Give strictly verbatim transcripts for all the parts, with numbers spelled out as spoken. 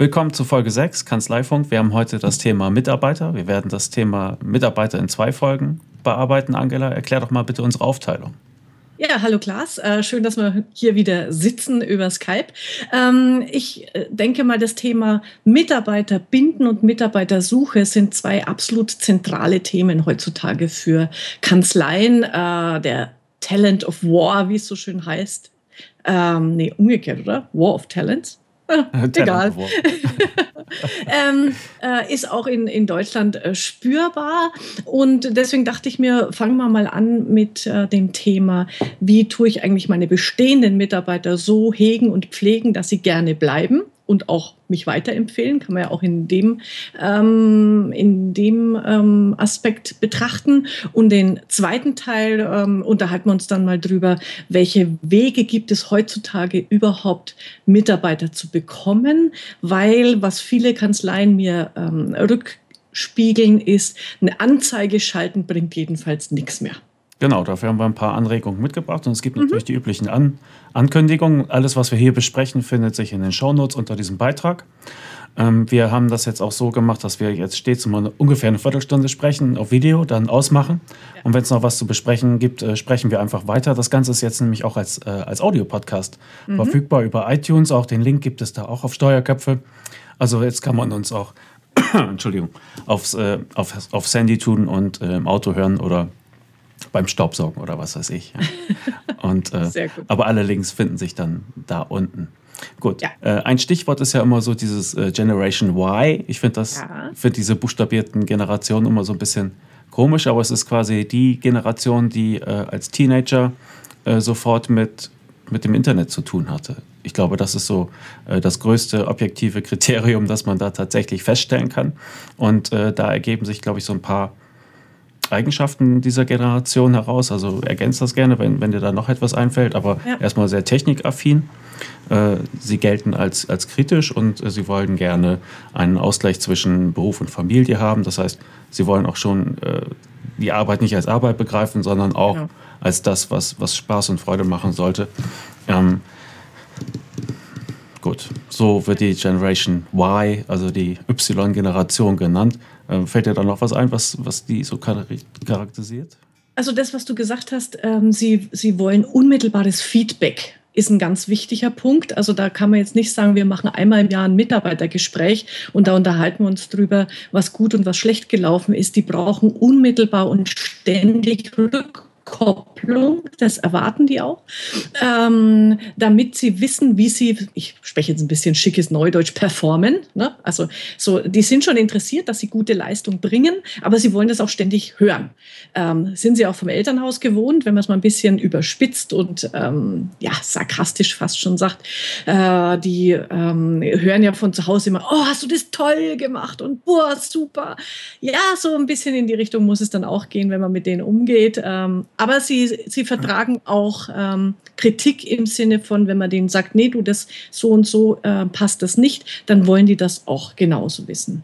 Willkommen zu Folge sechs, Kanzleifunk. Wir haben heute das Thema Mitarbeiter. Wir werden das Thema Mitarbeiter in zwei Folgen bearbeiten. Angela, erklär doch mal bitte unsere Aufteilung. Ja, hallo Klaas. Äh, schön, dass wir hier wieder sitzen über Skype. Ähm, ich denke mal, das Thema Mitarbeiterbinden und Mitarbeitersuche sind zwei absolut zentrale Themen heutzutage für Kanzleien. Äh, der Talent of War, wie es so schön heißt. Ähm, nee, umgekehrt, oder? War of Talents? Ah, egal. ähm, äh, ist auch in, in Deutschland äh, spürbar. Und deswegen dachte ich mir, fangen wir mal an mit äh, dem Thema, wie tue ich eigentlich meine bestehenden Mitarbeiter so hegen und pflegen, dass sie gerne bleiben und auch mich weiterempfehlen, kann man ja auch in dem, ähm, in dem ähm, Aspekt betrachten. Und den zweiten Teil ähm, unterhalten wir uns dann mal drüber, welche Wege gibt es heutzutage überhaupt, Mitarbeiter zu bekommen, weil was viele Kanzleien mir ähm, rückspiegeln ist, eine Anzeige schalten bringt jedenfalls nichts mehr. Genau, dafür haben wir ein paar Anregungen mitgebracht und es gibt natürlich mhm. die üblichen An- Ankündigungen. Alles, was wir hier besprechen, findet sich in den Shownotes unter diesem Beitrag. Ähm, wir haben das jetzt auch so gemacht, dass wir jetzt stets mal eine, ungefähr eine Viertelstunde sprechen auf Video, dann ausmachen. Ja. Und wenn es noch was zu besprechen gibt, äh, sprechen wir einfach weiter. Das Ganze ist jetzt nämlich auch als, äh, als Audio-Podcast mhm. verfügbar über iTunes. Auch den Link gibt es da auch auf Steuerköpfe. Also jetzt kann man uns auch Entschuldigung, aufs, äh, auf, aufs Handy tun und äh, im Auto hören oder beim Staubsaugen oder was weiß ich. Ja. Und, äh, Sehr gut. Aber alle Links finden sich dann da unten. Gut, ja. äh, ein Stichwort ist ja immer so dieses äh, Generation Y. Ich finde das, ja. find diese buchstabierten Generationen immer so ein bisschen komisch, aber es ist quasi die Generation, die äh, als Teenager äh, sofort mit, mit dem Internet zu tun hatte. Ich glaube, das ist so äh, das größte objektive Kriterium, das man da tatsächlich feststellen kann. Und äh, da ergeben sich, glaube ich, so ein paar Eigenschaften dieser Generation heraus. Also ergänzt das gerne, wenn, wenn dir da noch etwas einfällt, aber ja. erstmal sehr technikaffin. Äh, sie gelten als, als kritisch und äh, sie wollen gerne einen Ausgleich zwischen Beruf und Familie haben. Das heißt, sie wollen auch schon äh, die Arbeit nicht als Arbeit begreifen, sondern auch genau. als das, was, was Spaß und Freude machen sollte. Ähm, gut, so wird die Generation Y, also die Y-Generation genannt. Fällt dir da noch was ein, was, was die so charakterisiert? Also das, was du gesagt hast, ähm, sie, sie wollen unmittelbares Feedback, ist ein ganz wichtiger Punkt. Also da kann man jetzt nicht sagen, wir machen einmal im Jahr ein Mitarbeitergespräch und da unterhalten wir uns drüber, was gut und was schlecht gelaufen ist. Die brauchen unmittelbar und ständig Rückkopplung. Das erwarten die auch, ähm, damit sie wissen, wie sie, ich spreche jetzt ein bisschen schickes Neudeutsch, performen. Ne? Also so, die sind schon interessiert, dass sie gute Leistung bringen, aber sie wollen das auch ständig hören. Ähm, sind sie auch vom Elternhaus gewohnt, wenn man es mal ein bisschen überspitzt und ähm, ja, sarkastisch fast schon sagt, äh, die ähm, hören ja von zu Hause immer, oh, hast du das toll gemacht und boah, super. Ja, so ein bisschen in die Richtung muss es dann auch gehen, wenn man mit denen umgeht. Ähm, Aber sie, sie vertragen auch ähm, Kritik im Sinne von, wenn man denen sagt, nee, du, das so und so äh, passt das nicht, dann wollen die das auch genauso wissen.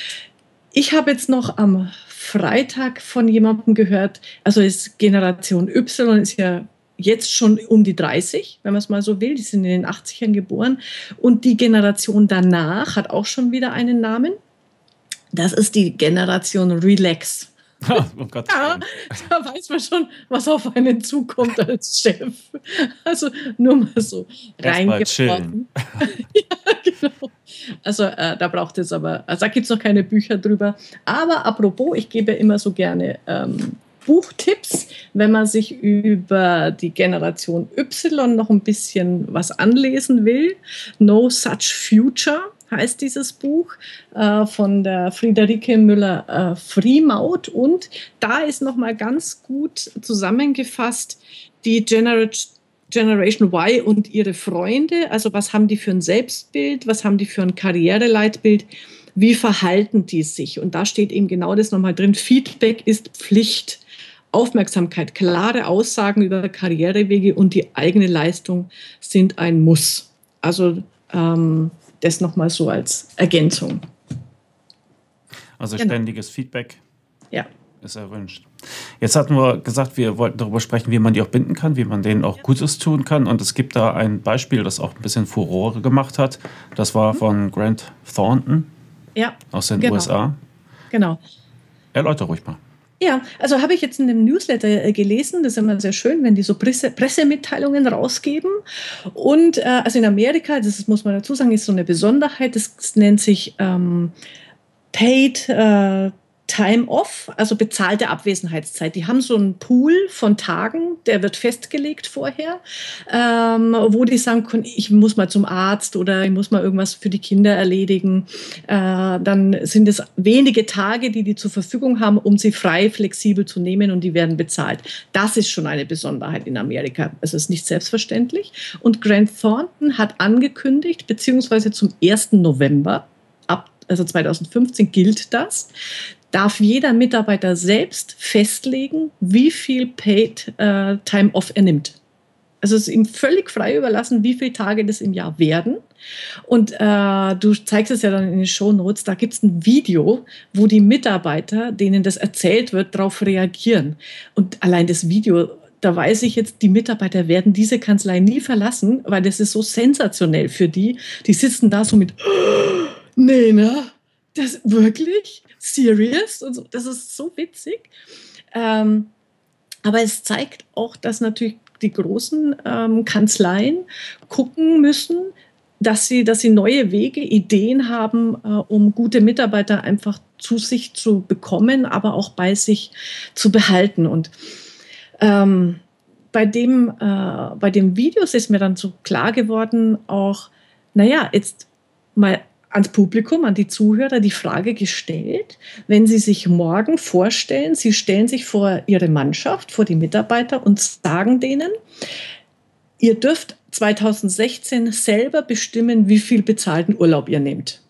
Ich habe jetzt noch am Freitag von jemandem gehört, also ist Generation Y, ist ja jetzt schon um die dreißig, wenn man es mal so will, die sind in den achtzigern geboren und die Generation danach hat auch schon wieder einen Namen. Das ist die Generation Relax. Oh Gott. Ja, da weiß man schon, was auf einen zukommt als Chef. Also nur mal so reingeworfen. Ja, genau. Also äh, da braucht es aber, also da gibt es noch keine Bücher drüber. Aber apropos, ich gebe immer so gerne ähm, Buchtipps, wenn man sich über die Generation Y noch ein bisschen was anlesen will. No Such Future heißt dieses Buch äh, von der Friederike Müller-Friemaut. Äh, und da ist nochmal ganz gut zusammengefasst die Gener- Generation Y und ihre Freunde. Also was haben die für ein Selbstbild, was haben die für ein Karriereleitbild, wie verhalten die sich? Und da steht eben genau das nochmal drin. Feedback ist Pflicht. Aufmerksamkeit, klare Aussagen über Karrierewege und die eigene Leistung sind ein Muss. Also ähm, das nochmal so als Ergänzung. Also ständiges genau. Feedback. Ja. Ist erwünscht. Jetzt hatten wir gesagt, wir wollten darüber sprechen, wie man die auch binden kann, wie man denen auch Gutes tun kann. Und es gibt da ein Beispiel, das auch ein bisschen Furore gemacht hat. Das war von Grant Thornton Ja, aus den genau. U S A. Genau. Erläuter ruhig mal. Ja, also habe ich jetzt in dem Newsletter äh, gelesen, das ist immer sehr schön, wenn die so Presse, Pressemitteilungen rausgeben. Und äh, also in Amerika, das muss man dazu sagen, ist so eine Besonderheit, das, das nennt sich ähm, Paid äh, Time Off, also bezahlte Abwesenheitszeit. Die haben so einen Pool von Tagen, der wird festgelegt vorher, ähm, wo die sagen können, ich muss mal zum Arzt oder ich muss mal irgendwas für die Kinder erledigen. Äh, dann sind es wenige Tage, die die zur Verfügung haben, um sie frei, flexibel zu nehmen und die werden bezahlt. Das ist schon eine Besonderheit in Amerika. Es ist nicht selbstverständlich. Und Grant Thornton hat angekündigt, beziehungsweise zum ersten November, ab, also zweitausendfünfzehn gilt das, darf jeder Mitarbeiter selbst festlegen, wie viel Paid äh, Time Off er nimmt. Also es ist ihm völlig frei überlassen, wie viele Tage das im Jahr werden. Und äh, du zeigst es ja dann in den Shownotes, da gibt es ein Video, wo die Mitarbeiter, denen das erzählt wird, darauf reagieren. Und allein das Video, da weiß ich jetzt, die Mitarbeiter werden diese Kanzlei nie verlassen, weil das ist so sensationell für die. Die sitzen da so mit, oh, nee, ne? Das wirklich? Serious? Und so. Das ist so witzig. Ähm, aber es zeigt auch, dass natürlich die großen ähm, Kanzleien gucken müssen, dass sie, dass sie neue Wege, Ideen haben, äh, um gute Mitarbeiter einfach zu sich zu bekommen, aber auch bei sich zu behalten. Und ähm, bei dem, äh, bei dem Videos ist mir dann so klar geworden, auch, naja, jetzt mal ans Publikum, an die Zuhörer die Frage gestellt, wenn Sie sich morgen vorstellen, Sie stellen sich vor Ihre Mannschaft, vor die Mitarbeiter und sagen denen, ihr dürft zweitausendsechzehn selber bestimmen, wie viel bezahlten Urlaub ihr nehmt.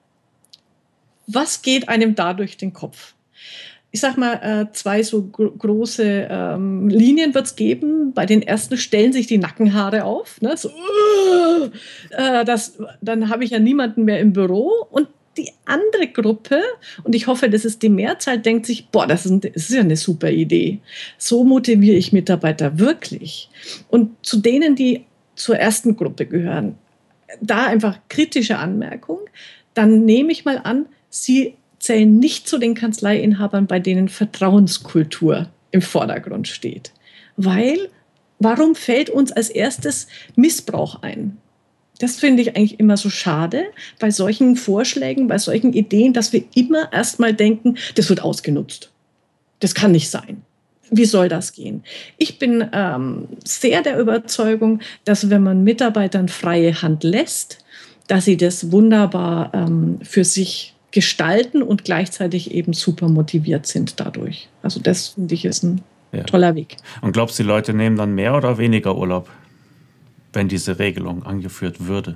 Was geht einem da durch den Kopf? Ich sag mal, äh, zwei so gro- große ähm, Linien wird es geben. Bei den ersten stellen sich die Nackenhaare auf. Ne? So, uh, äh, das, dann habe ich ja niemanden mehr im Büro. Und die andere Gruppe, und ich hoffe, das ist die Mehrzahl, denkt sich, boah, das ist, ein, das ist ja eine super Idee. So motiviere ich Mitarbeiter wirklich. Und zu denen, die zur ersten Gruppe gehören, da einfach kritische Anmerkung, dann nehme ich mal an, sie zählen nicht zu den Kanzleiinhabern, bei denen Vertrauenskultur im Vordergrund steht. Weil, warum fällt uns als erstes Missbrauch ein? Das finde ich eigentlich immer so schade bei solchen Vorschlägen, bei solchen Ideen, dass wir immer erstmal denken, das wird ausgenutzt. Das kann nicht sein. Wie soll das gehen? Ich bin ähm, sehr der Überzeugung, dass wenn man Mitarbeitern freie Hand lässt, dass sie das wunderbar ähm, für sich gestalten und gleichzeitig eben super motiviert sind dadurch. Also das, finde ich, ist ein ja. toller Weg. Und glaubst du, die Leute nehmen dann mehr oder weniger Urlaub, wenn diese Regelung angeführt würde?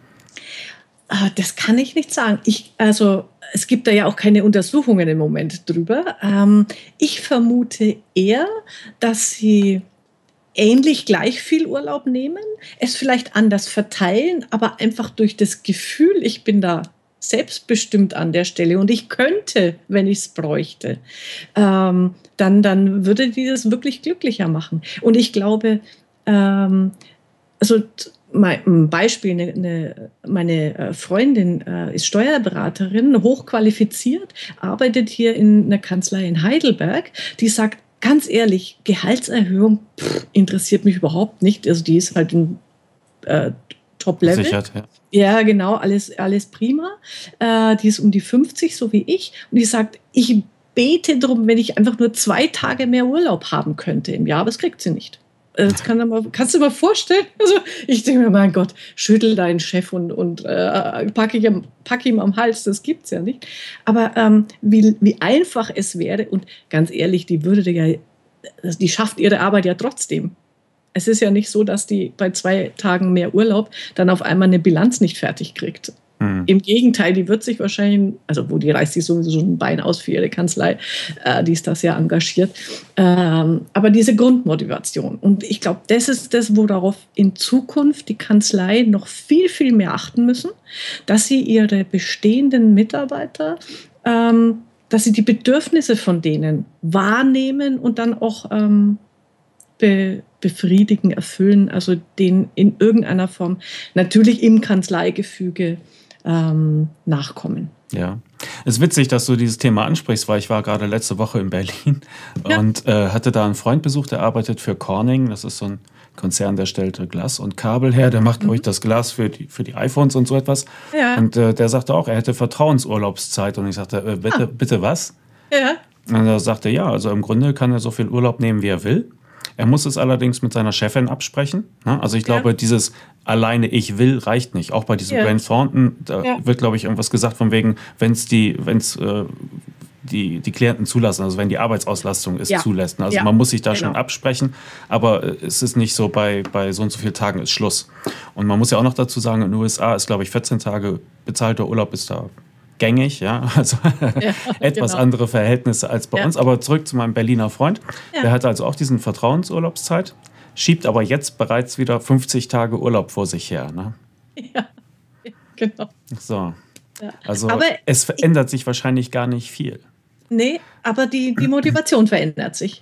Das kann ich nicht sagen. Ich, also es gibt da ja auch keine Untersuchungen im Moment drüber. Ähm, ich vermute eher, dass sie ähnlich gleich viel Urlaub nehmen, es vielleicht anders verteilen, aber einfach durch das Gefühl, ich bin da selbstbestimmt an der Stelle und ich könnte, wenn ich es bräuchte, ähm, dann, dann würde die das wirklich glücklicher machen. Und ich glaube, ähm, also ein Beispiel, eine, eine, meine Freundin äh, ist Steuerberaterin, hochqualifiziert, arbeitet hier in einer Kanzlei in Heidelberg, die sagt, ganz ehrlich, Gehaltserhöhung pff, interessiert mich überhaupt nicht, also die ist halt ein äh, Top-Level. Sichert, ja. Ja, genau, alles, alles prima. Äh, die ist um die fünfzig, so wie ich. Und die sagt, ich bete darum, wenn ich einfach nur zwei Tage mehr Urlaub haben könnte im Jahr, aber das kriegt sie nicht. Das kann mal, kannst du dir mal vorstellen? Also ich denke mir, mein Gott, schüttel deinen Chef und, und äh, pack, ich, pack ihm am Hals, das gibt's ja nicht. Aber ähm, wie, wie einfach es wäre, und ganz ehrlich, die würde ja, die schafft ihre Arbeit ja trotzdem. Es ist ja nicht so, dass die bei zwei Tagen mehr Urlaub dann auf einmal eine Bilanz nicht fertig kriegt. Mhm. Im Gegenteil, die wird sich wahrscheinlich, also wo die reißt sich sowieso schon ein Bein aus für ihre Kanzlei, äh, die ist da sehr engagiert. Ähm, aber diese Grundmotivation. Und ich glaube, das ist das, worauf in Zukunft die Kanzlei noch viel, viel mehr achten müssen, dass sie ihre bestehenden Mitarbeiter ähm, dass sie die Bedürfnisse von denen wahrnehmen und dann auch ähm, be, befriedigen, erfüllen, also denen in irgendeiner Form, natürlich im Kanzleigefüge, ähm, nachkommen. Ja, es ist witzig, dass du dieses Thema ansprichst, weil ich war gerade letzte Woche in Berlin Ja. und äh, hatte da einen Freund besucht, der arbeitet für Corning. Das ist so ein Konzern, der stellt Glas und Kabel her. Der macht, glaube ich, das Glas für die, für die iPhones und so etwas. Ja. Und äh, der sagte auch, er hätte Vertrauensurlaubszeit. Und ich sagte, äh, bitte, Ah. bitte was? Ja. Und er sagte, ja, also im Grunde kann er so viel Urlaub nehmen, wie er will. Er muss es allerdings mit seiner Chefin absprechen. Ne? Also ich glaube, Ja. dieses alleine ich will reicht nicht. Auch bei diesem Ja. Grant Thornton, da Ja. wird, glaube ich, irgendwas gesagt von wegen, wenn es die, wenn's, äh, die, die Klienten zulassen, also wenn die Arbeitsauslastung es Ja. zulässt. Also Ja. man muss sich da Genau. schon absprechen, aber äh, es ist nicht so, bei, bei so und so vielen Tagen ist Schluss. Und man muss ja auch noch dazu sagen, in den U S A ist, glaube ich, vierzehn Tage bezahlter Urlaub ist da gängig, ja, also Ja, etwas genau. andere Verhältnisse als bei Ja. uns. Aber zurück zu meinem Berliner Freund, Ja. der hatte also auch diesen Vertrauensurlaubszeit, schiebt aber jetzt bereits wieder fünfzig Tage Urlaub vor sich her. Ne? Ja. Genau. So, Ja. also Aber es verändert sich wahrscheinlich gar nicht viel. nee, aber die, die Motivation verändert sich.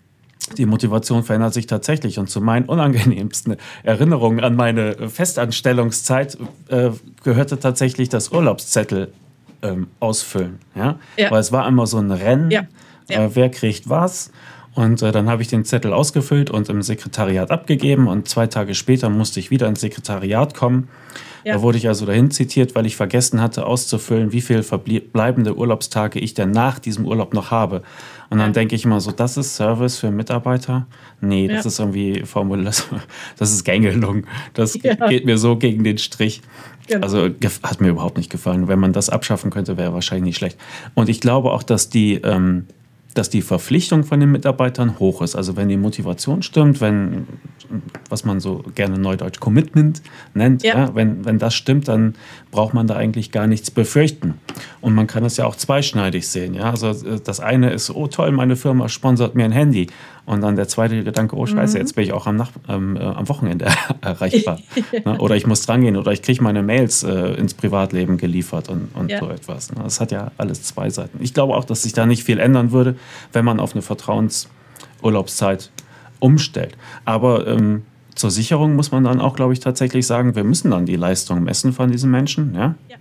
Die Motivation verändert sich tatsächlich. Und zu meinen unangenehmsten Erinnerungen an meine Festanstellungszeit äh, gehörte tatsächlich das Urlaubszettel ähm, ausfüllen. Ja? Ja. Weil es war immer so ein Rennen, Ja. Ja. Äh, wer kriegt was. Und äh, dann habe ich den Zettel ausgefüllt und im Sekretariat abgegeben. Und zwei Tage später musste ich wieder ins Sekretariat kommen. Ja. Da wurde ich also dahin zitiert, weil ich vergessen hatte auszufüllen, wie viele verbleibende Urlaubstage ich denn nach diesem Urlaub noch habe. Und dann Ja. denke ich immer so, das ist Service für Mitarbeiter? Nee, das Ja. ist irgendwie Formel, das, das ist Gängelung. Das Ja. geht mir so gegen den Strich. Genau. Also gef- hat mir überhaupt nicht gefallen. Wenn man das abschaffen könnte, wäre wahrscheinlich nicht schlecht. Und ich glaube auch, dass die, ähm, dass die Verpflichtung von den Mitarbeitern hoch ist. Also wenn die Motivation stimmt, wenn, was man so gerne neudeutsch Commitment nennt, Ja. ja, wenn, wenn das stimmt, dann braucht man da eigentlich gar nichts befürchten. Und man kann es ja auch zweischneidig sehen. Ja? Also äh, das eine ist, oh toll, meine Firma sponsert mir ein Handy. Und dann der zweite Gedanke, oh scheiße, jetzt bin ich auch am, Nach ähm, äh, am Wochenende erreichbar. Ne? Oder ich muss drangehen oder ich kriege meine Mails äh, ins Privatleben geliefert und, und Ja. so etwas. Ne? Das hat ja alles zwei Seiten. Ich glaube auch, dass sich da nicht viel ändern würde, wenn man auf eine Vertrauensurlaubszeit umstellt. Aber ähm, zur Sicherung muss man dann auch, glaube ich, tatsächlich sagen, wir müssen dann die Leistung messen von diesen Menschen. Ja? Ja.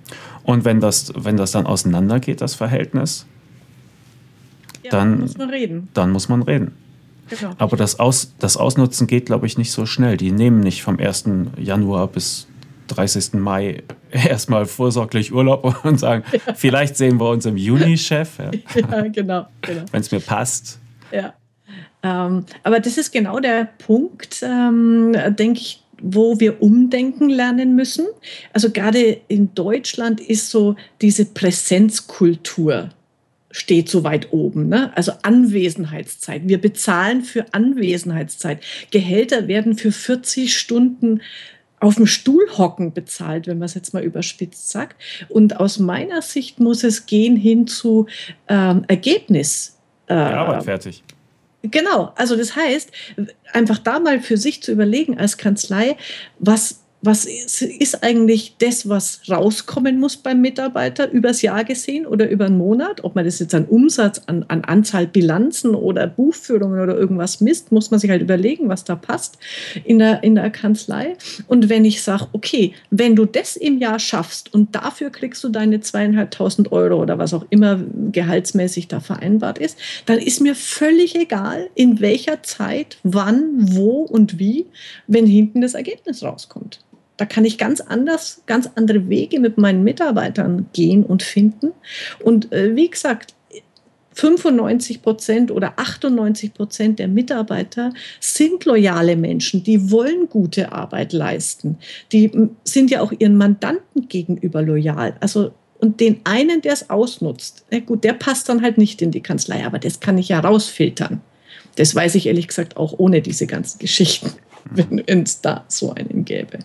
Und wenn das, wenn das dann auseinandergeht, das Verhältnis, Ja, dann- muss man reden. dann muss man reden. Genau. Aber das, Aus, das Ausnutzen geht, glaube ich, nicht so schnell. Die nehmen nicht vom ersten Januar bis dreißigsten Mai erstmal vorsorglich Urlaub und sagen, vielleicht sehen wir uns im Juni, Chef, ja, Ja, genau, genau. wenn es mir passt. Ja. Ähm, aber das ist genau der Punkt, ähm, denke ich, wo wir umdenken lernen müssen. Also gerade in Deutschland ist so diese Präsenzkultur steht so weit oben. Ne? Also Anwesenheitszeit. Wir bezahlen für Anwesenheitszeit. Gehälter werden für vierzig Stunden auf dem Stuhl hocken bezahlt, wenn man es jetzt mal überspitzt sagt. Und aus meiner Sicht muss es gehen hin zu ähm, Ergebnis. Die äh, Arbeit fertig. Genau, also das heißt, einfach da mal für sich zu überlegen als Kanzlei, was, was ist, ist eigentlich das, was rauskommen muss beim Mitarbeiter übers Jahr gesehen oder über einen Monat? Ob man das jetzt an Umsatz, an, an Anzahl Bilanzen oder Buchführungen oder irgendwas misst, muss man sich halt überlegen, was da passt in der, in der Kanzlei. Und wenn ich sage, okay, wenn du das im Jahr schaffst und dafür kriegst du deine zweieinhalbtausend Euro oder was auch immer gehaltsmäßig da vereinbart ist, dann ist mir völlig egal, in welcher Zeit, wann, wo und wie, wenn hinten das Ergebnis rauskommt. Da kann ich ganz anders, ganz andere Wege mit meinen Mitarbeitern gehen und finden. Und äh, wie gesagt, fünfundneunzig Prozent oder achtundneunzig Prozent der Mitarbeiter sind loyale Menschen, die wollen gute Arbeit leisten. Die m, sind ja auch ihren Mandanten gegenüber loyal. Also, und den einen, der es ausnutzt, na gut, der passt dann halt nicht in die Kanzlei, aber das kann ich ja rausfiltern. Das weiß ich ehrlich gesagt auch ohne diese ganzen Geschichten, wenn es da so einen gäbe.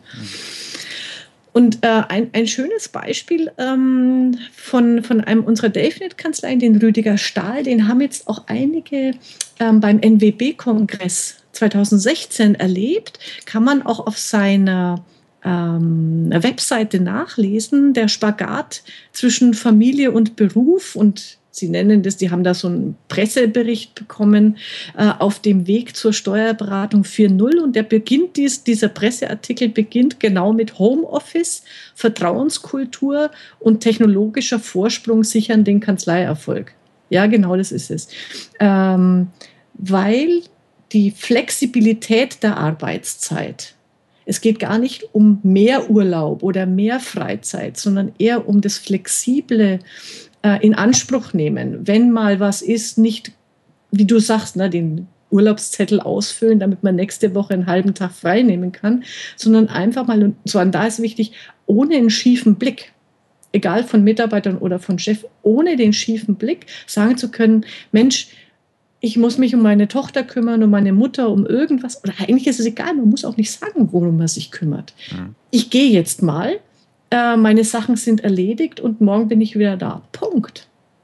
Und äh, ein, ein schönes Beispiel ähm, von, von einem unserer Delfinet-Kanzleien, den Rüdiger Stahl, den haben jetzt auch einige ähm, beim N W B-Kongress zweitausendsechzehn erlebt, kann man auch auf seiner ähm, Webseite nachlesen, der Spagat zwischen Familie und Beruf und Sie nennen das, die haben da so einen Pressebericht bekommen äh, auf dem Weg zur Steuerberatung vier Punkt null und der beginnt, dies, dieser Presseartikel beginnt genau mit Homeoffice, Vertrauenskultur und technologischer Vorsprung sichern den Kanzleierfolg. Ja, genau das ist es. Ähm, weil die Flexibilität der Arbeitszeit, es geht gar nicht um mehr Urlaub oder mehr Freizeit, sondern eher um das flexible äh, in Anspruch nehmen. Wenn mal was ist, nicht, wie du sagst, ne, den Urlaubszettel ausfüllen, damit man nächste Woche einen halben Tag frei nehmen kann, sondern einfach mal, und zwar da ist wichtig, ohne einen schiefen Blick, egal von Mitarbeitern oder von Chef, ohne den schiefen Blick sagen zu können, Mensch, ich muss mich um meine Tochter kümmern, um meine Mutter, um irgendwas. Oder eigentlich ist es egal, man muss auch nicht sagen, worum man sich kümmert. Mhm. Ich gehe jetzt mal, äh, meine Sachen sind erledigt und morgen bin ich wieder da. Punkt.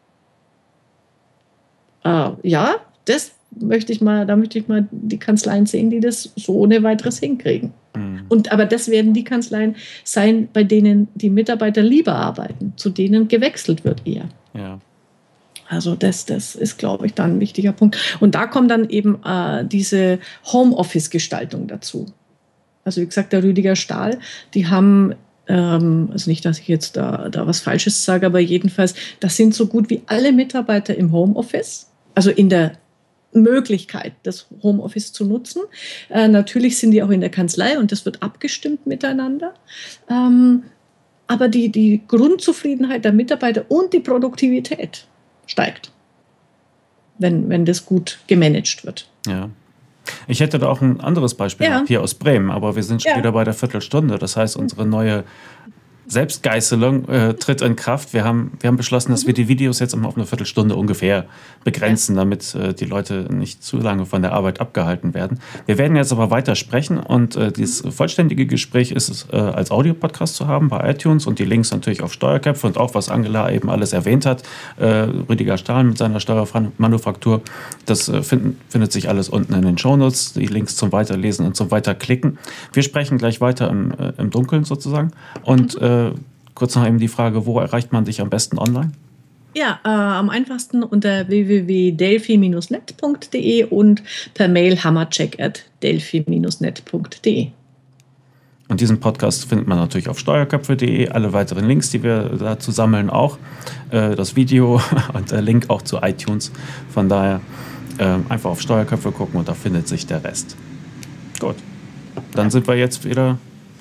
Äh, ja, das möchte ich mal, da möchte ich mal die Kanzleien sehen, die das so ohne weiteres hinkriegen. Mhm. Und, aber das werden die Kanzleien sein, bei denen die Mitarbeiter lieber arbeiten, zu denen gewechselt wird eher. Ja. Also das, das ist, glaube ich, dann ein wichtiger Punkt. Und da kommt dann eben äh, diese Homeoffice-Gestaltung dazu. Also wie gesagt, der Rüdiger Stahl, die haben, ähm, also nicht, dass ich jetzt da, da was Falsches sage, aber jedenfalls, das sind so gut wie alle Mitarbeiter im Homeoffice, also in der Möglichkeit, das Homeoffice zu nutzen. Äh, natürlich sind die auch in der Kanzlei und das wird abgestimmt miteinander. Ähm, aber die, die Grundzufriedenheit der Mitarbeiter und die Produktivität steigt, wenn, wenn das gut gemanagt wird. Ja. Ich hätte da auch ein anderes Beispiel ja. hier aus Bremen, aber wir sind schon ja. wieder bei der Viertelstunde. Das heißt, unsere neue Selbstgeißelung äh, tritt in Kraft. Wir haben, wir haben beschlossen, dass wir die Videos jetzt immer auf eine Viertelstunde ungefähr begrenzen, ja. damit äh, die Leute nicht zu lange von der Arbeit abgehalten werden. Wir werden jetzt aber weiter sprechen und äh, dieses vollständige Gespräch ist äh, als Audiopodcast zu haben bei iTunes und die Links natürlich auf Steuerköpfe und auch, was Angela eben alles erwähnt hat, äh, Rüdiger Stahl mit seiner Steuermanufaktur, das äh, finden, findet sich alles unten in den Shownotes, die Links zum Weiterlesen und zum Weiterklicken. Wir sprechen gleich weiter im, äh, im Dunkeln sozusagen und äh, kurz noch eben die Frage, wo erreicht man dich am besten online? Ja, äh, am einfachsten unter w w w punkt delphi Bindestrich net punkt de und per Mail hammercheck at delphi Bindestrich net punkt de. Und diesen Podcast findet man natürlich auf steuerköpfe punkt de. Alle weiteren Links, die wir dazu sammeln, auch äh, das Video und der Link auch zu iTunes. Von daher äh, einfach auf Steuerköpfe gucken und da findet sich der Rest. Gut, dann sind wir jetzt wieder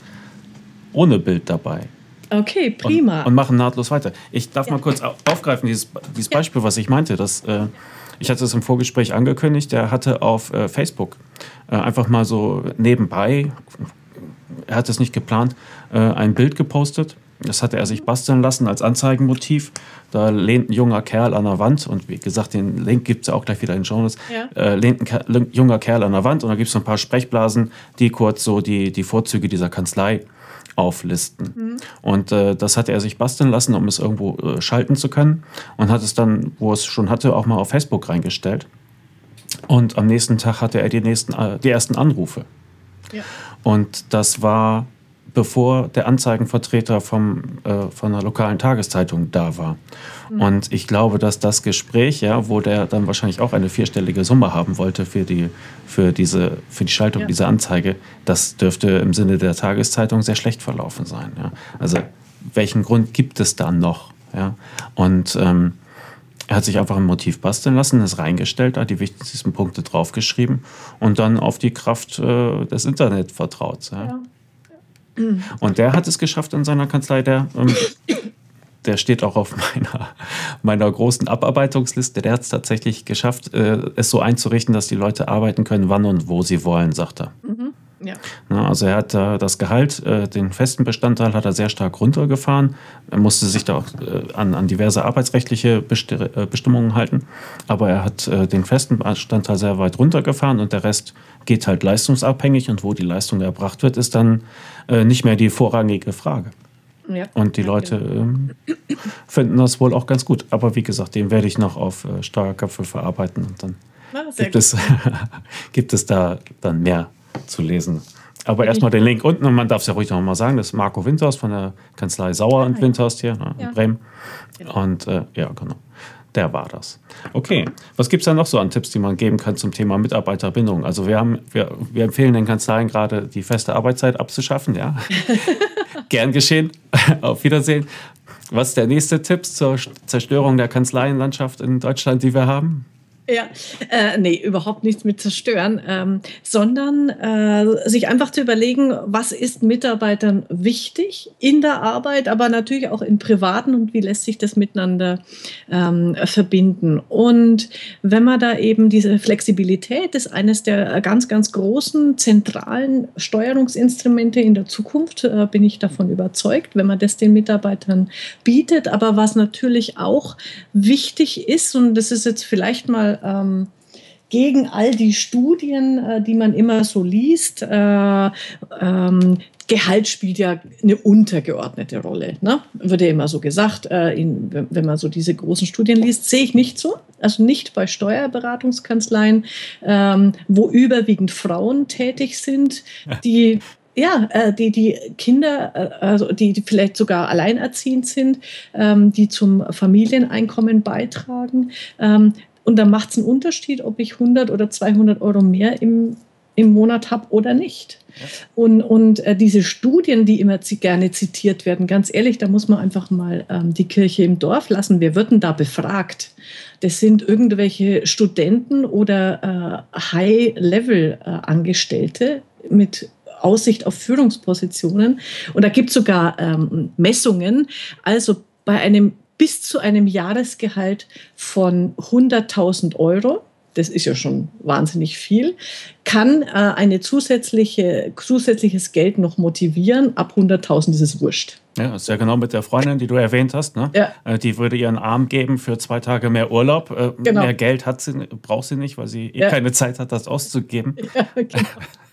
ohne Bild dabei. Okay, prima. Und, und machen nahtlos weiter. Ich darf ja. mal kurz aufgreifen, dieses, dieses Beispiel, was ich meinte. Dass, äh, ich hatte es im Vorgespräch angekündigt, der hatte auf äh, Facebook äh, einfach mal so nebenbei, er hat es nicht geplant, äh, ein Bild gepostet. Das hatte er sich basteln lassen als Anzeigenmotiv. Da lehnt ein junger Kerl an der Wand und wie gesagt, den Link gibt es ja auch gleich wieder in den Shownotes. Ja. Äh, lehnt ein Ke- junger Kerl an der Wand und da gibt es so ein paar Sprechblasen, die kurz so die, die Vorzüge dieser Kanzlei auflisten. Mhm. Und äh, das hat er sich basteln lassen, um es irgendwo äh, schalten zu können und hat es dann, wo es schon hatte, auch mal auf Facebook reingestellt. Und am nächsten Tag hatte er die, nächsten, äh, die ersten Anrufe. Ja. Und das war, bevor der Anzeigenvertreter vom, äh, von einer lokalen Tageszeitung da war. Mhm. Und ich glaube, dass das Gespräch, ja, wo der dann wahrscheinlich auch eine vierstellige Summe haben wollte für die, für diese, für die Schaltung ja. dieser Anzeige, das dürfte im Sinne der Tageszeitung sehr schlecht verlaufen sein. Ja. Also welchen Grund gibt es dann noch? Ja? Und ähm, er hat sich einfach ein Motiv basteln lassen, es reingestellt, hat die wichtigsten Punkte draufgeschrieben und dann auf die Kraft äh, des Internets vertraut. Ja. Ja. Und der hat es geschafft in seiner Kanzlei, der, ähm, der steht auch auf meiner, meiner großen Abarbeitungsliste, der hat es tatsächlich geschafft, äh, es so einzurichten, dass die Leute arbeiten können, wann und wo sie wollen, sagt er. Mhm. Ja. Na, also er hat äh, das Gehalt, äh, den festen Bestandteil hat er sehr stark runtergefahren. Er musste sich da auch äh, an, an diverse arbeitsrechtliche Besti- äh, Bestimmungen halten. Aber er hat äh, den festen Bestandteil sehr weit runtergefahren und der Rest geht halt leistungsabhängig. Und wo die Leistung erbracht wird, ist dann äh, nicht mehr die vorrangige Frage. Ja. Und die ja, Leute ähm, finden das wohl auch ganz gut. Aber wie gesagt, den werde ich noch auf äh, Steuerköpfe verarbeiten. Und dann ja, gibt, es, gibt es da dann mehr zu lesen. Aber erstmal den Link unten und man darf es ja ruhig noch mal sagen, das ist Marco Windhorst von der Kanzlei Sauer und Windhorst hier ne, in ja. Bremen. Genau. Und äh, ja, genau. der war das. Okay, was gibt es da noch so an Tipps, die man geben kann zum Thema Mitarbeiterbindung? Also wir haben, wir, wir empfehlen den Kanzleien gerade, die feste Arbeitszeit abzuschaffen, ja. Gern geschehen. Auf Wiedersehen. Was ist der nächste Tipp zur Zerstörung der Kanzleienlandschaft in Deutschland, die wir haben? Ja, äh, nee, überhaupt nichts mit zerstören, ähm, sondern äh, sich einfach zu überlegen, was ist Mitarbeitern wichtig in der Arbeit, aber natürlich auch im Privaten und wie lässt sich das miteinander ähm, verbinden. Und wenn man da eben diese Flexibilität ist eines der ganz, ganz großen zentralen Steuerungsinstrumente in der Zukunft, äh, bin ich davon überzeugt, wenn man das den Mitarbeitern bietet. Aber was natürlich auch wichtig ist, und das ist jetzt vielleicht mal Ähm, gegen all die Studien, äh, die man immer so liest, äh, ähm, Gehalt spielt ja eine untergeordnete Rolle. Ne? Wird ja immer so gesagt, äh, in, wenn man so diese großen Studien liest, sehe ich nicht so. Also nicht bei Steuerberatungskanzleien, ähm, wo überwiegend Frauen tätig sind, die Ja, äh, die, die Kinder, äh, also die, die vielleicht sogar alleinerziehend sind, ähm, die zum Familieneinkommen beitragen. Ähm, und da macht es einen Unterschied, ob ich hundert oder zweihundert Euro mehr im, im Monat habe oder nicht. Ja. Und, und äh, diese Studien, die immer zi- gerne zitiert werden, ganz ehrlich, da muss man einfach mal ähm, die Kirche im Dorf lassen. Wer wird denn da befragt? Das sind irgendwelche Studenten oder äh, High-Level-Angestellte äh, mit Aussicht auf Führungspositionen. Und da gibt es sogar ähm, Messungen. Also bei einem bis zu einem Jahresgehalt von hunderttausend Euro, das ist ja schon wahnsinnig viel, kann äh, eine zusätzliche, zusätzliches Geld noch motivieren. Ab hunderttausend ist es wurscht. Ja, das ist ja genau mit der Freundin, die du erwähnt hast. Ne? Ja. Äh, die würde ihren Arm geben für zwei Tage mehr Urlaub. Äh, genau. Mehr Geld hat sie, braucht sie nicht, weil sie eh ja. keine Zeit hat, das auszugeben. Ja, genau.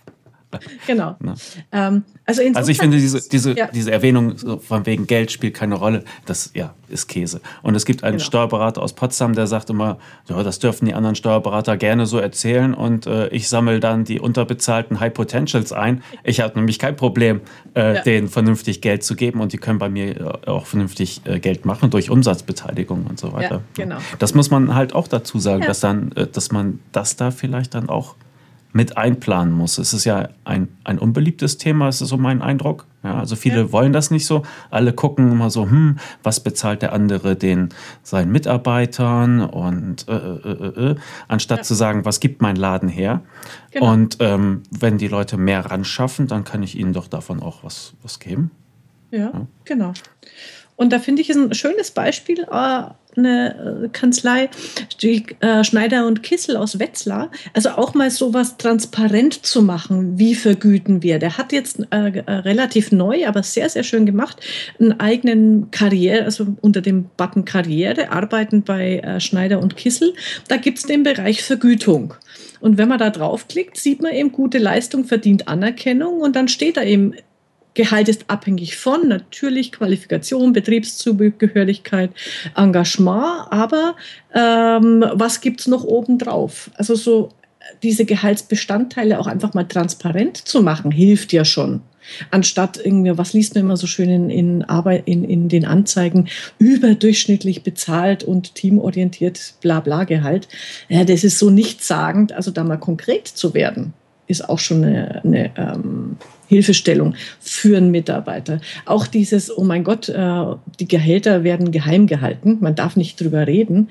Genau. Ähm, also, also ich finde diese, diese, ja. diese Erwähnung so von wegen Geld spielt keine Rolle, das ja, ist Käse. Und es gibt einen genau. Steuerberater aus Potsdam, der sagt immer, ja, das dürfen die anderen Steuerberater gerne so erzählen und äh, ich sammle dann die unterbezahlten High Potentials ein. Ich habe nämlich kein Problem, äh, ja. denen vernünftig Geld zu geben und die können bei mir auch vernünftig äh, Geld machen durch Umsatzbeteiligung und so weiter. Ja, genau. Das muss man halt auch dazu sagen, ja. dass, dann, äh, dass man das da vielleicht dann auch mit einplanen muss. Es ist ja ein, ein unbeliebtes Thema, ist so mein Eindruck. Ja, also viele ja. wollen das nicht so. Alle gucken immer so, hm, was bezahlt der andere den seinen Mitarbeitern und äh, äh, äh, anstatt ja. zu sagen, was gibt mein Laden her? Genau. Und ähm, wenn die Leute mehr ran schaffen, dann kann ich ihnen doch davon auch was, was geben. Ja, ja. genau. Und da finde ich es ein schönes Beispiel, äh, eine Kanzlei, die äh, Schneider und Kissel aus Wetzlar, also auch mal sowas transparent zu machen, wie vergüten wir. Der hat jetzt äh, relativ neu, aber sehr, sehr schön gemacht, einen eigenen Karriere, also unter dem Button Karriere, arbeiten bei äh, Schneider und Kissel. Da gibt es den Bereich Vergütung. Und wenn man da draufklickt, sieht man eben, gute Leistung verdient Anerkennung und dann steht da eben, Gehalt ist abhängig von natürlich Qualifikation, Betriebszugehörigkeit, Engagement, aber ähm, was gibt es noch obendrauf? Also so diese Gehaltsbestandteile auch einfach mal transparent zu machen, hilft ja schon. Anstatt irgendwie, was liest man immer so schön in, in, Arbeit, in, in den Anzeigen, überdurchschnittlich bezahlt und teamorientiert, bla bla Gehalt. Ja, das ist so nichtssagend, also da mal konkret zu werden, ist auch schon eine, eine ähm, Hilfestellung für einen Mitarbeiter. Auch dieses, oh mein Gott, äh, die Gehälter werden geheim gehalten, man darf nicht drüber reden.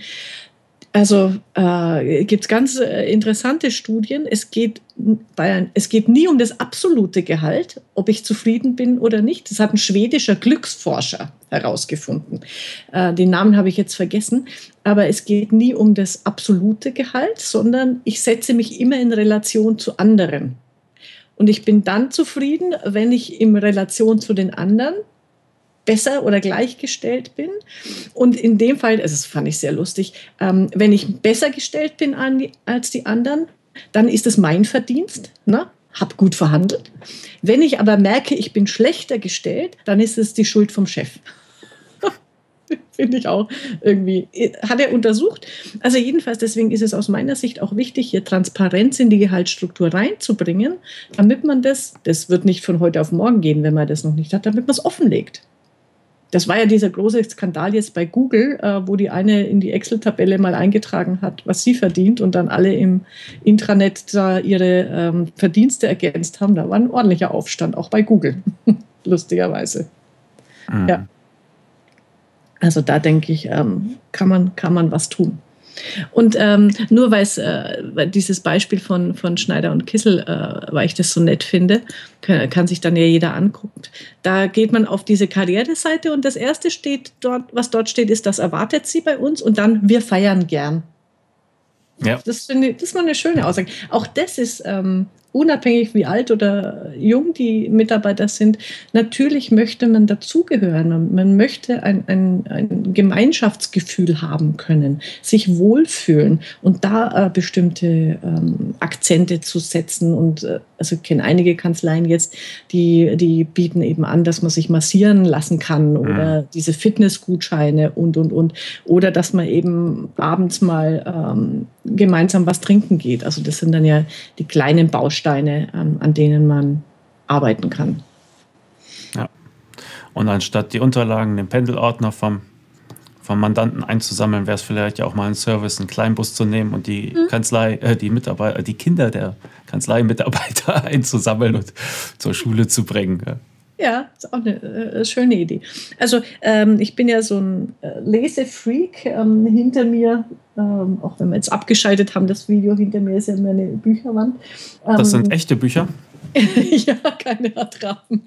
Also äh, gibt es ganz äh, interessante Studien. Es geht, bei, es geht nie um das absolute Gehalt, ob ich zufrieden bin oder nicht. Das hat ein schwedischer Glücksforscher herausgefunden. Äh, den Namen habe ich jetzt vergessen. Aber es geht nie um das absolute Gehalt, sondern ich setze mich immer in Relation zu anderen. Und ich bin dann zufrieden, wenn ich in Relation zu den anderen besser oder gleichgestellt bin. Und in dem Fall, also das fand ich sehr lustig, ähm, wenn ich besser gestellt bin an die, als die anderen, dann ist es mein Verdienst, ne? Hab gut verhandelt. Wenn ich aber merke, ich bin schlechter gestellt, dann ist es die Schuld vom Chef. Finde ich auch irgendwie, hat er untersucht. Also jedenfalls, deswegen ist es aus meiner Sicht auch wichtig, hier Transparenz in die Gehaltsstruktur reinzubringen, damit man das, das wird nicht von heute auf morgen gehen, wenn man das noch nicht hat, damit man es offenlegt. Das war ja dieser große Skandal jetzt bei Google, äh, wo die eine in die Excel-Tabelle mal eingetragen hat, was sie verdient und dann alle im Intranet da ihre ähm, Verdienste ergänzt haben. Da war ein ordentlicher Aufstand, auch bei Google, lustigerweise. Mhm. Ja. Also da denke ich, ähm, kann man, kann man was tun. Und ähm, nur weil's, äh, weil dieses Beispiel von, von Schneider und Kissel, äh, weil ich das so nett finde, kann, kann sich dann ja jeder angucken. Da geht man auf diese Karriereseite und das erste steht dort, was dort steht, ist, das erwartet sie bei uns und dann, wir feiern gern. Ja. Das, finde ich, das ist mal eine schöne Aussage. Auch das ist ähm, unabhängig, wie alt oder jung die Mitarbeiter sind. Natürlich möchte man dazugehören. Man, man möchte ein, ein, ein Gemeinschaftsgefühl haben können, sich wohlfühlen und da äh, bestimmte ähm, Akzente zu setzen. Und äh, also ich kenne einige Kanzleien jetzt, die, die bieten eben an, dass man sich massieren lassen kann oder mhm. diese Fitnessgutscheine und, und, und. Oder dass man eben abends mal ähm, gemeinsam was trinken geht. Also das sind dann ja die kleinen Bausteine, ähm, an denen man arbeiten kann. Ja. Und anstatt die Unterlagen, den Pendelordner vom, vom Mandanten einzusammeln, wäre es vielleicht ja auch mal ein Service, einen Kleinbus zu nehmen und die mhm. Kanzlei, äh, die Mitarbeiter, die Kinder der Kanzleimitarbeiter einzusammeln und zur Schule zu bringen. Ja. Ja, ist auch eine äh, schöne Idee. Also ähm, ich bin ja so ein äh, Lesefreak. Ähm, hinter mir, ähm, auch wenn wir jetzt abgeschaltet haben, das Video hinter mir ist ja meine Bücherwand. Ähm, das sind echte Bücher? Ja, keine Attrappen.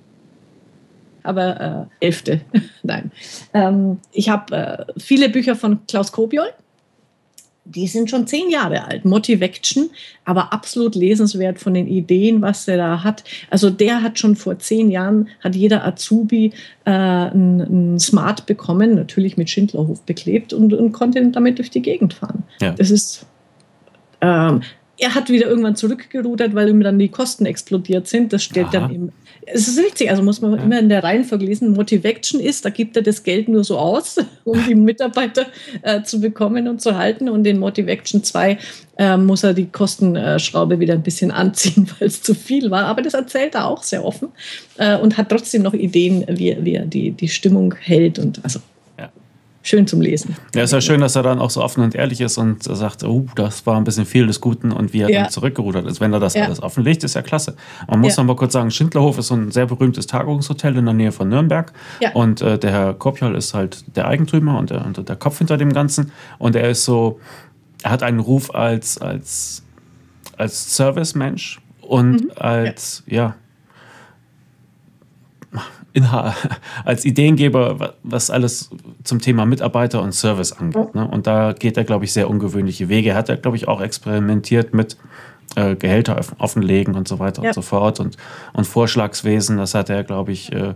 Aber äh, Elfte, nein. Ähm, ich habe äh, viele Bücher von Klaus Kobiol. Die sind schon zehn Jahre alt, Motivaction, aber absolut lesenswert von den Ideen, was er da hat. Also der hat schon vor zehn Jahren, hat jeder Azubi äh, ein, ein Smart bekommen, natürlich mit Schindlerhof beklebt und, und konnte damit durch die Gegend fahren. Ja. Das ist... Ähm, er hat wieder irgendwann zurückgerudert, weil ihm dann die Kosten explodiert sind. Das stellt Aha. dann eben. Es ist wichtig, also muss man ja. immer in der Reihenfolge lesen. Motivaction ist, da gibt er das Geld nur so aus, um die Mitarbeiter äh, zu bekommen und zu halten. Und in Motivaction zwei äh, muss er die Kostenschraube wieder ein bisschen anziehen, weil es zu viel war. Aber das erzählt er auch sehr offen äh, und hat trotzdem noch Ideen, wie, wie er die, die Stimmung hält. Und also schön zum Lesen. Ja, ist ja schön, dass er dann auch so offen und ehrlich ist und sagt, oh, das war ein bisschen viel des Guten und wie er ja. dann zurückgerudert ist. Wenn er das ja. alles offenlegt, ist ja klasse. Man muss ja. noch mal kurz sagen, Schindlerhof ist so ein sehr berühmtes Tagungshotel in der Nähe von Nürnberg ja. und äh, der Herr Kobiol ist halt der Eigentümer und der, und der Kopf hinter dem Ganzen und er ist so, er hat einen Ruf als, als, als Servicemensch und mhm. als, ja, ja Inha- als Ideengeber, was alles zum Thema Mitarbeiter und Service angeht. Ne? Und da geht er, glaube ich, sehr ungewöhnliche Wege. Er hat ja, glaube ich, auch experimentiert mit äh, Gehälter offenlegen und so weiter ja. und so fort und, und Vorschlagswesen. Das hat er, glaube ich, äh,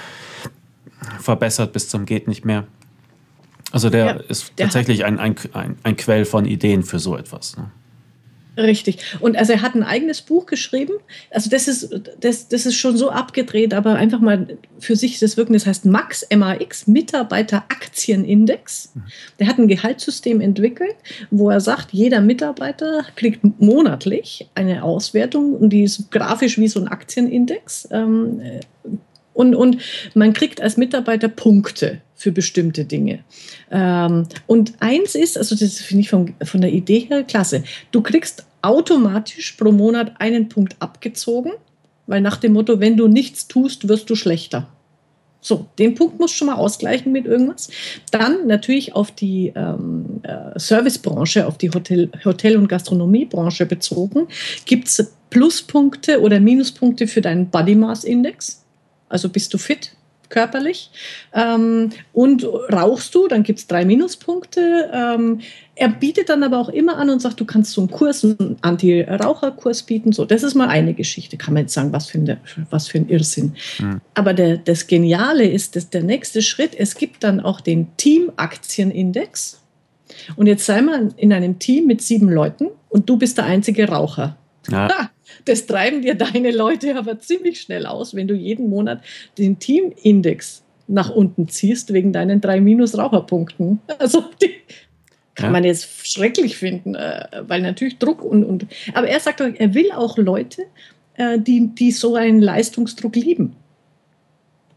verbessert bis zum geht nicht mehr. Also der ja, ist der tatsächlich ein, ein, ein, ein Quell von Ideen für so etwas. Ne? Richtig. Und also er hat ein eigenes Buch geschrieben. Also das ist, das, das ist schon so abgedreht, aber einfach mal für sich das wirken. Das heißt Max, M A X, Mitarbeiter-Aktienindex. Der hat ein Gehaltssystem entwickelt, wo er sagt, jeder Mitarbeiter kriegt monatlich eine Auswertung und die ist grafisch wie so ein Aktienindex. Ähm, Und, und man kriegt als Mitarbeiter Punkte für bestimmte Dinge. Ähm, und eins ist, also das finde ich von, von der Idee her klasse, du kriegst automatisch pro Monat einen Punkt abgezogen, weil nach dem Motto, wenn du nichts tust, wirst du schlechter. So, den Punkt musst du schon mal ausgleichen mit irgendwas. Dann natürlich auf die ähm, äh, Servicebranche, auf die Hotel-, Hotel- und Gastronomiebranche bezogen, gibt es Pluspunkte oder Minuspunkte für deinen Body Mass Index. Also bist du fit körperlich ähm, und rauchst du, dann gibt es drei Minuspunkte. Ähm, er bietet dann aber auch immer an und sagt, du kannst so einen Kurs, einen Anti-Raucher-Kurs bieten. So, das ist mal eine Geschichte. Kann man jetzt sagen, was für ein, was für ein Irrsinn. Mhm. Aber der, das Geniale ist, dass der nächste Schritt, es gibt dann auch den Team-Aktienindex. Und jetzt sei mal in einem Team mit sieben Leuten und du bist der einzige Raucher. Ja. Ha, das treiben dir deine Leute aber ziemlich schnell aus, wenn du jeden Monat den Teamindex nach unten ziehst, wegen deinen drei Minus-Raucherpunkten. Also die kann ja. man jetzt schrecklich finden, weil natürlich Druck und... und aber er sagt, er will auch Leute, die, die so einen Leistungsdruck lieben.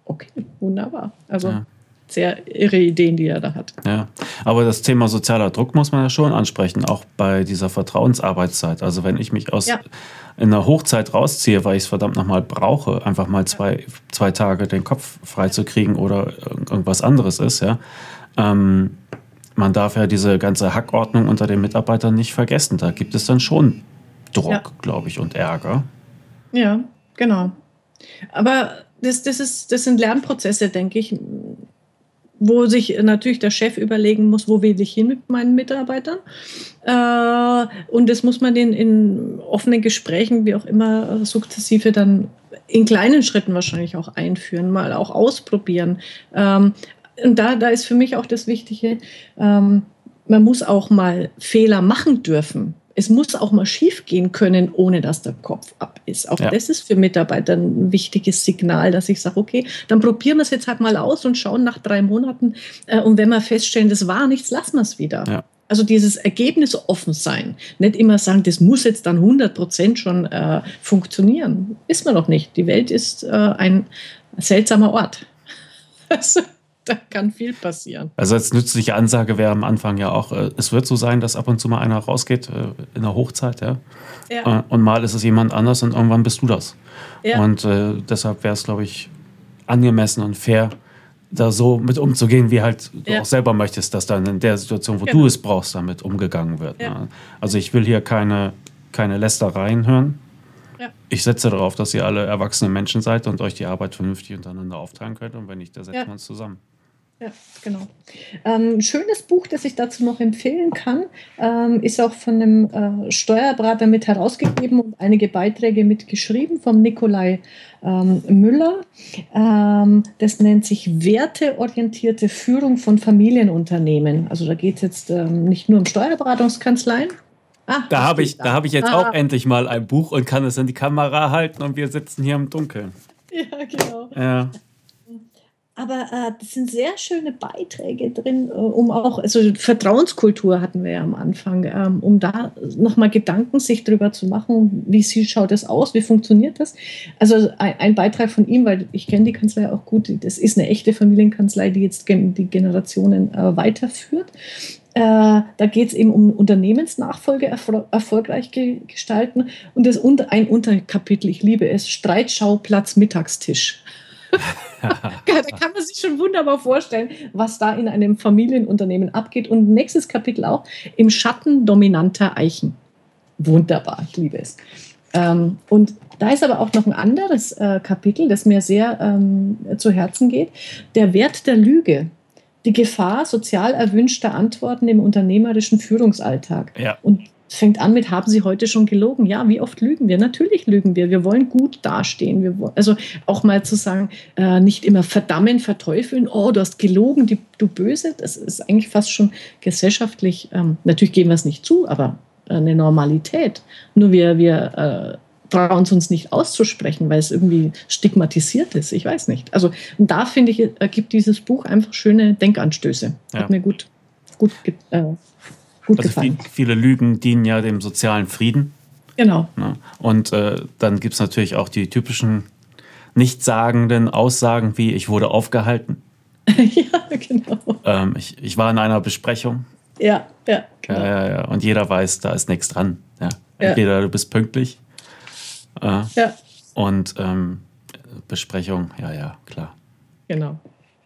okay, wunderbar. Also Ja. sehr irre Ideen, die er da hat. Ja, aber das Thema sozialer Druck muss man ja schon ansprechen, auch bei dieser Vertrauensarbeitszeit. Also wenn ich mich aus Ja. in der Hochzeit rausziehe, weil ich es verdammt nochmal brauche, einfach mal zwei, zwei Tage den Kopf freizukriegen oder irg- irgendwas anderes ist, ja. Ähm, man darf ja diese ganze Hackordnung unter den Mitarbeitern nicht vergessen. Da gibt es dann schon Druck, Ja. glaube ich, und Ärger. Ja, genau. Aber das, das, ist, das sind Lernprozesse, denke ich, wo sich natürlich der Chef überlegen muss, wo will ich hin mit meinen Mitarbeitern. Äh, und das muss man in, in offenen Gesprächen, wie auch immer, sukzessive dann in kleinen Schritten wahrscheinlich auch einführen, mal auch ausprobieren. Ähm, und da, da ist für mich auch das Wichtige, ähm, man muss auch mal Fehler machen dürfen. Es muss auch mal schief gehen können, ohne dass der Kopf ab ist. Auch Ja. das ist für Mitarbeiter ein wichtiges Signal, dass ich sage, okay, dann probieren wir es jetzt halt mal aus und schauen nach drei Monaten. Äh, und wenn wir feststellen, das war nichts, lassen wir es wieder. Ja. Also dieses Ergebnis offen sein. Nicht immer sagen, das muss jetzt dann hundert Prozent schon äh, funktionieren. Ist man noch nicht. Die Welt ist äh, ein seltsamer Ort. Also, da kann viel passieren. Also als nützliche Ansage wäre am Anfang ja auch, äh, es wird so sein, dass ab und zu mal einer rausgeht äh, in der Hochzeit, ja. Ja. Äh, und mal ist es jemand anders und irgendwann bist du das. Ja. Und äh, deshalb wäre es, glaube ich, angemessen und fair, da so mit umzugehen, wie halt du Ja. auch selber möchtest, dass dann in der Situation, wo Genau. du es brauchst, damit umgegangen wird. Ja. Ne? Also ich will hier keine, keine Lästereien hören. Ja. Ich setze darauf, dass ihr alle erwachsene Menschen seid und euch die Arbeit vernünftig untereinander aufteilen könnt. Und wenn nicht, da setzen Ja. wir uns zusammen. Ja, genau. Ähm, ein schönes Buch, das ich dazu noch empfehlen kann, ähm, ist auch von einem äh, Steuerberater mit herausgegeben und einige Beiträge mitgeschrieben vom Nikolai ähm, Müller. Ähm, das nennt sich werteorientierte Führung von Familienunternehmen. Also da geht es jetzt ähm, nicht nur um Steuerberatungskanzleien. Ah, Da das habe geht ich, da hab ich jetzt Ah, auch endlich mal ein Buch und kann es in die Kamera halten und wir sitzen hier im Dunkeln. Ja, genau. Ja. Aber äh, das sind sehr schöne Beiträge drin, äh, um auch, also Vertrauenskultur hatten wir ja am Anfang, ähm, um da nochmal Gedanken sich drüber zu machen, wie sie, schaut das aus, wie funktioniert das. Also ein, ein Beitrag von ihm, weil ich kenne die Kanzlei auch gut, das ist eine echte Familienkanzlei, die jetzt gen, die Generationen äh, weiterführt. Äh, da geht es eben um Unternehmensnachfolge erfol- erfolgreich ge- gestalten. Und das und ein Unterkapitel, ich liebe es, Streitschauplatz Mittagstisch. Da kann man sich schon wunderbar vorstellen, was da in einem Familienunternehmen abgeht. Und nächstes Kapitel auch, im Schatten dominanter Eichen. Wunderbar, ich liebe es. Ähm, und da ist aber auch noch ein anderes äh, Kapitel, das mir sehr ähm, zu Herzen geht. Der Wert der Lüge. Die Gefahr sozial erwünschter Antworten im unternehmerischen Führungsalltag. Ja. Und es fängt an mit, haben Sie heute schon gelogen? Ja, wie oft lügen wir? Natürlich lügen wir. Wir wollen gut dastehen. Wir wollen, also auch mal zu sagen, äh, nicht immer verdammen, verteufeln. Oh, du hast gelogen, die, du Böse. Das ist eigentlich fast schon gesellschaftlich, ähm, natürlich geben wir es nicht zu, aber eine Normalität. Nur wir, wir äh, trauen es uns nicht auszusprechen, weil es irgendwie stigmatisiert ist. Ich weiß nicht. Also und da finde ich, ergibt dieses Buch einfach schöne Denkanstöße. Ja. Hat mir gut, gut, äh, gut Also gefallen. viel, viele Lügen dienen ja dem sozialen Frieden. Genau. Ne? Und äh, dann gibt es natürlich auch die typischen nichtssagenden Aussagen wie, ich wurde aufgehalten. Ja, genau. Ähm, ich, ich war in einer Besprechung. Ja, ja, genau. Ja, ja, ja. Und jeder weiß, da ist nichts dran. Ja. Ja. Entweder du bist pünktlich äh, Ja, und ähm, Besprechung, ja, ja, klar. genau.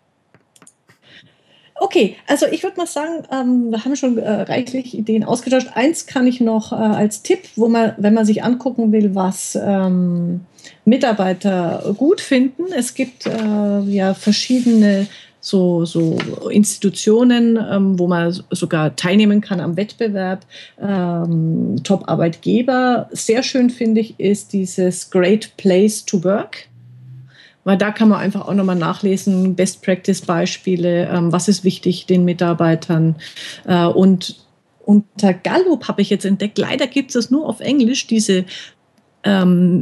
Okay, also ich würde mal sagen, ähm, wir haben schon äh, reichlich Ideen ausgetauscht. Eins kann ich noch äh, als Tipp, wo man, wenn man sich angucken will, was ähm, Mitarbeiter gut finden. Es gibt äh, ja verschiedene so, so Institutionen, ähm, wo man sogar teilnehmen kann am Wettbewerb. Ähm, Top-Arbeitgeber. Sehr schön finde ich ist dieses Great Place to Work. Weil da kann man einfach auch nochmal nachlesen, Best-Practice-Beispiele, ähm, was ist wichtig den Mitarbeitern. Äh, und unter Gallup habe ich jetzt entdeckt, leider gibt es das nur auf Englisch, diese ähm,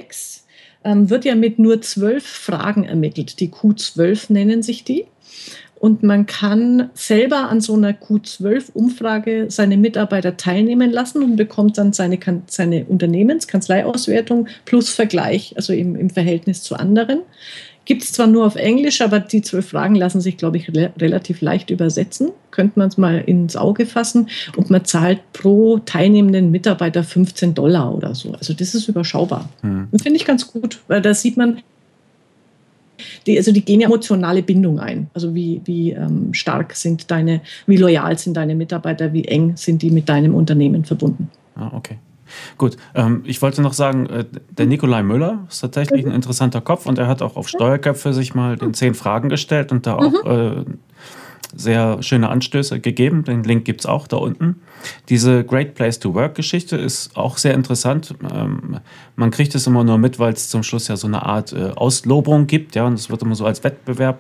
Mitarbeiter-Engagement-Index, ähm, wird ja mit nur zwölf Fragen ermittelt. Die Q zwölf nennen sich die. und man kann selber an so einer Q zwölf Umfrage seine Mitarbeiter teilnehmen lassen und bekommt dann seine, seine Unternehmenskanzleiauswertung plus Vergleich, also im, im Verhältnis zu anderen. Gibt es zwar nur auf Englisch, aber die zwölf Fragen lassen sich, glaube ich, re- relativ leicht übersetzen. Könnte man es mal ins Auge fassen. Und man zahlt pro teilnehmenden Mitarbeiter fünfzehn Dollar oder so. Also das ist überschaubar. Hm. Und finde ich ganz gut, weil da sieht man, die, also die gehen ja emotionale Bindung ein. Also wie, wie ähm, stark sind deine, wie loyal sind deine Mitarbeiter, wie eng sind die mit deinem Unternehmen verbunden. Ah, okay. Gut, ähm, ich wollte noch sagen, äh, der Nikolai Müller ist tatsächlich ein interessanter Kopf und er hat auch auf Steuerköpfe sich mal den zehn Fragen gestellt und da auch äh, sehr schöne Anstöße gegeben. Den Link gibt es auch da unten. Diese Great Place to Work Geschichte ist auch sehr interessant. Ähm, man kriegt es immer nur mit, weil es zum Schluss ja so eine Art äh, Auslobung gibt, ja, und es wird immer so als Wettbewerb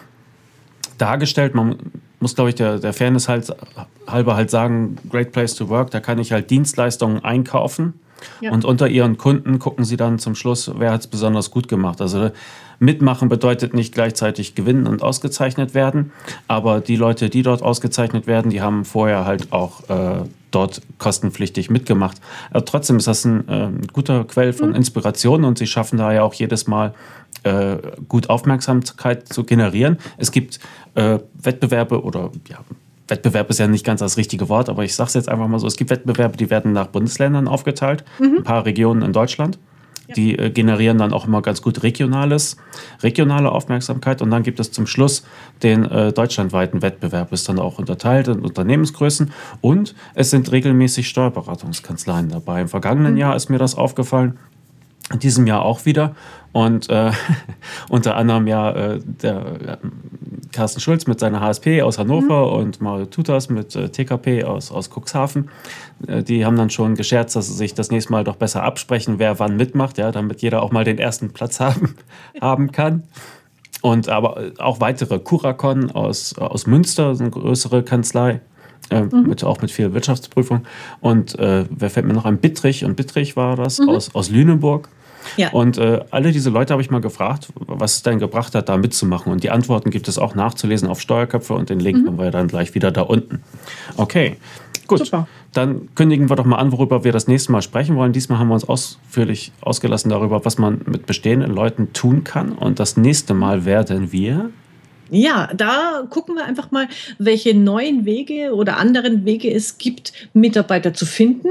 dargestellt. Man muss, glaube ich, der, der Fairness halt, halber halt sagen, Great Place to Work, da kann ich halt Dienstleistungen einkaufen. Ja. Und unter ihren Kunden gucken sie dann zum Schluss, wer hat es besonders gut gemacht. Also mitmachen bedeutet nicht gleichzeitig gewinnen und ausgezeichnet werden. Aber die Leute, die dort ausgezeichnet werden, die haben vorher halt auch äh, dort kostenpflichtig mitgemacht. Aber trotzdem ist das ein äh, guter Quell von Inspiration und sie schaffen da ja auch jedes Mal äh, gut Aufmerksamkeit zu generieren. Es gibt äh, Wettbewerbe oder ja, Wettbewerb ist ja nicht ganz das richtige Wort, aber ich sage es jetzt einfach mal so, es gibt Wettbewerbe, die werden nach Bundesländern aufgeteilt, mhm. ein paar Regionen in Deutschland. Ja. Die äh, generieren dann auch immer ganz gut regionales, regionale Aufmerksamkeit und dann gibt es zum Schluss den äh, deutschlandweiten Wettbewerb, ist dann auch unterteilt in Unternehmensgrößen und es sind regelmäßig Steuerberatungskanzleien dabei. Im vergangenen mhm. Jahr ist mir das aufgefallen, in diesem Jahr auch wieder und äh, unter anderem ja äh, der äh, Carsten Schulz mit seiner H S P aus Hannover mhm. und Mario Tutas mit äh, T K P aus, aus Cuxhaven. Äh, die haben dann schon gescherzt, dass sie sich das nächste Mal doch besser absprechen, wer wann mitmacht, ja, damit jeder auch mal den ersten Platz haben, haben kann. Und aber auch weitere, Curacon aus, aus Münster, eine größere Kanzlei, äh, mhm. mit, auch mit viel Wirtschaftsprüfung. Und äh, wer fällt mir noch ein? Bittrich und Bittrich war das, mhm. aus, aus Lüneburg. Ja. Und äh, alle diese Leute habe ich mal gefragt, was es denn gebracht hat, da mitzumachen. Und die Antworten gibt es auch nachzulesen auf Steuerköpfe und den Link mhm. haben wir dann gleich wieder da unten. Okay, gut. Super. Dann kündigen wir doch mal an, worüber wir das nächste Mal sprechen wollen. Diesmal haben wir uns ausführlich ausgelassen darüber, was man mit bestehenden Leuten tun kann. Und das nächste Mal werden wir... Ja, da gucken wir einfach mal, welche neuen Wege oder anderen Wege es gibt, Mitarbeiter zu finden,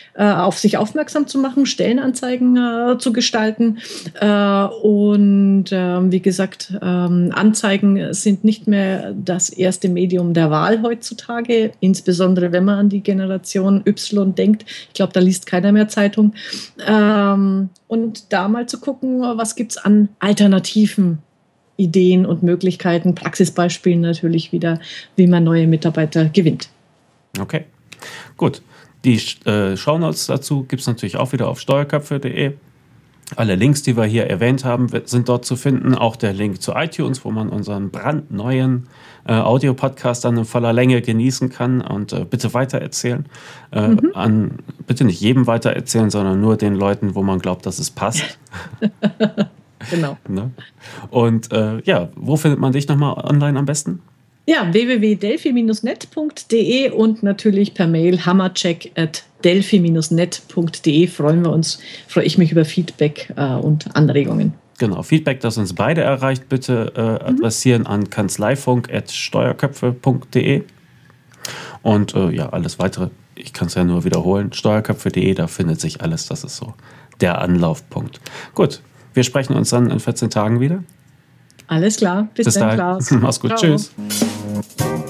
auf sich aufmerksam zu machen, Stellenanzeigen äh, zu gestalten. Äh, und äh, wie gesagt, äh, Anzeigen sind nicht mehr das erste Medium der Wahl heutzutage, insbesondere wenn man an die Generation Y denkt. Ich glaube, da liest keiner mehr Zeitung. Ähm, und da mal zu gucken, was gibt es an alternativen Ideen und Möglichkeiten, Praxisbeispielen natürlich wieder, wie man neue Mitarbeiter gewinnt. Okay, gut. Die äh, Shownotes dazu gibt es natürlich auch wieder auf steuerköpfe punkt de. Alle Links, die wir hier erwähnt haben, sind dort zu finden. Auch der Link zu iTunes, wo man unseren brandneuen äh, Audio-Podcast dann in voller Länge genießen kann. Und äh, bitte weitererzählen. Äh, mhm. an, bitte nicht jedem weitererzählen, sondern nur den Leuten, wo man glaubt, dass es passt. Genau. Ne? Und äh, ja, wo findet man dich nochmal online am besten? Ja, w w w punkt delphi Bindestrich net punkt de und natürlich per Mail hammercheck at delphi Bindestrich net punkt de freuen wir uns, freue ich mich über Feedback äh, und Anregungen. Genau, Feedback, das uns beide erreicht, bitte äh, adressieren mhm. an kanzleifunk at steuerköpfe punkt de und äh, ja, alles weitere, ich kann es ja nur wiederholen, steuerköpfe punkt de, da findet sich alles, das ist so der Anlaufpunkt. Gut, wir sprechen uns dann in vierzehn Tagen wieder. Alles klar, bis, bis dann, Klaus. Mach's gut, ciao. Tschüss.